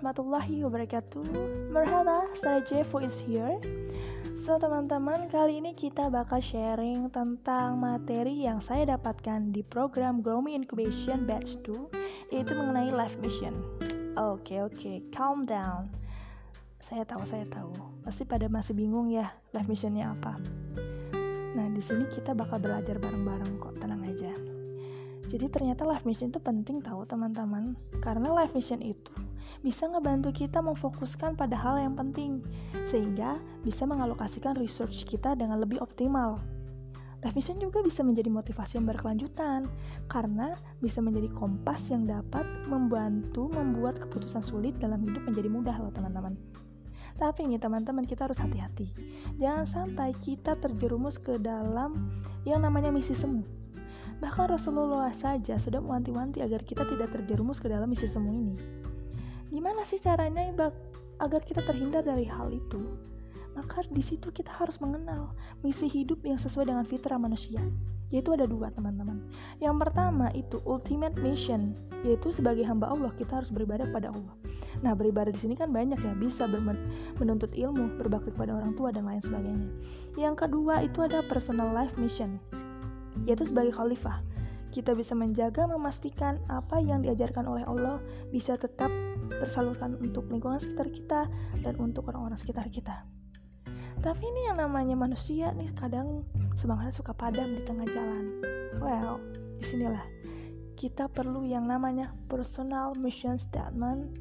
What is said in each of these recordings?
warahmatullahi wabarakatuh. Merhaba, saya Jefo is here. So teman-teman, kali ini kita bakal sharing tentang materi yang saya dapatkan di program Gromi Incubation Batch 2, yaitu mengenai life mission. Oke, calm down. Saya tahu. Pasti pada masih bingung ya, life missionnya apa. Nah, di sini kita bakal belajar bareng-bareng kok, tenang aja. Jadi ternyata life mission itu penting tahu teman-teman, karena life mission itu bisa ngebantu kita memfokuskan pada hal yang penting, sehingga bisa mengalokasikan research kita dengan lebih optimal. Life mission juga bisa menjadi motivasi yang berkelanjutan, karena bisa menjadi kompas yang dapat membantu membuat keputusan sulit dalam hidup menjadi mudah loh teman-teman. Tapi nih teman-teman, kita harus hati-hati. Jangan sampai kita terjerumus ke dalam yang namanya misi semu. Bahkan Rasulullah saja sudah mewanti-wanti agar kita tidak terjerumus ke dalam misi semu ini. Gimana sih caranya agar kita terhindar dari hal itu? Maka di situ kita harus mengenal misi hidup yang sesuai dengan fitrah manusia. Yaitu ada 2 teman-teman. Yang pertama itu ultimate mission, yaitu sebagai hamba Allah kita harus beribadah kepada Allah. Nah, beribadah di sini kan banyak ya, bisa menuntut ilmu, berbakti kepada orang tua dan lain sebagainya. Yang kedua itu ada personal life mission, yaitu sebagai khalifah. Kita bisa menjaga, memastikan apa yang diajarkan oleh Allah bisa tetap tersalurkan untuk lingkungan sekitar kita dan untuk orang-orang sekitar kita. Tapi ini yang namanya manusia nih, kadang semangatnya suka padam di tengah jalan. Well, disinilah kita perlu yang namanya personal mission statement.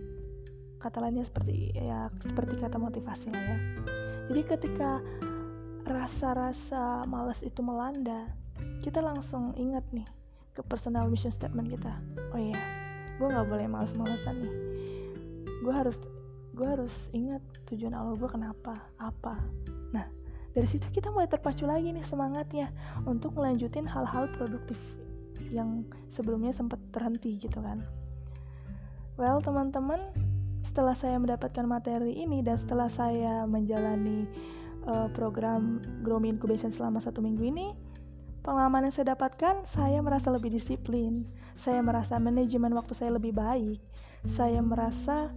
Kata lainnya seperti kata motivasi lah ya. Jadi ketika rasa-rasa malas itu melanda, kita langsung ingat nih ke personal mission statement kita. Oh iya, gue gak boleh malas-malasan nih. Gue harus ingat tujuan Allah gue kenapa, apa. Nah, dari situ kita mulai terpacu lagi nih semangatnya untuk melanjutin hal-hal produktif yang sebelumnya sempat terhenti gitu kan. Well teman-teman, setelah saya mendapatkan materi ini dan setelah saya menjalani program Gromi Incubation selama 1 minggu ini, pengalaman yang saya dapatkan, saya merasa lebih disiplin, saya merasa manajemen waktu saya lebih baik, saya merasa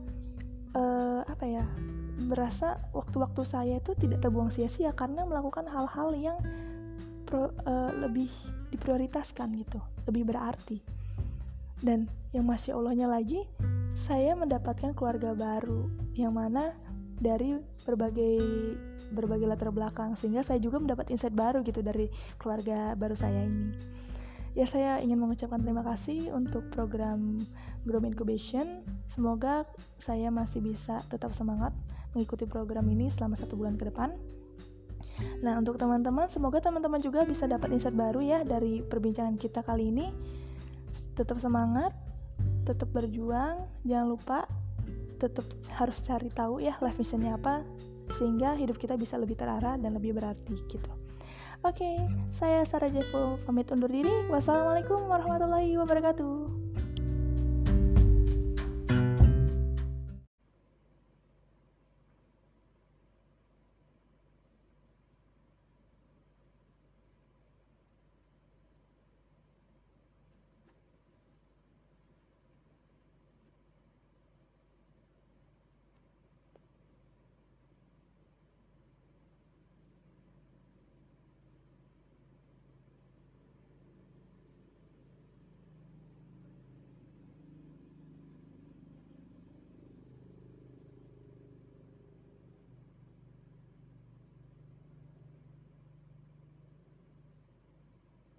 merasa waktu-waktu saya itu tidak terbuang sia-sia karena melakukan hal-hal yang lebih diprioritaskan gitu, lebih berarti. Dan yang Masya Allahnya lagi, saya mendapatkan keluarga baru yang mana dari berbagai latar belakang, sehingga saya juga mendapat insight baru gitu dari keluarga baru saya ini. Ya, saya ingin mengucapkan terima kasih untuk program Gromi Incubation. Semoga saya masih bisa tetap semangat mengikuti program ini selama 1 bulan ke depan. Nah, untuk teman-teman, semoga teman-teman juga bisa dapat insight baru ya dari perbincangan kita kali ini. Tetap semangat, tetap berjuang, jangan lupa tetap harus cari tahu ya life missionnya apa, sehingga hidup kita bisa lebih terarah dan lebih berarti gitu. Oke, saya Sarah Jefo pamit undur diri. Wassalamualaikum warahmatullahi wabarakatuh.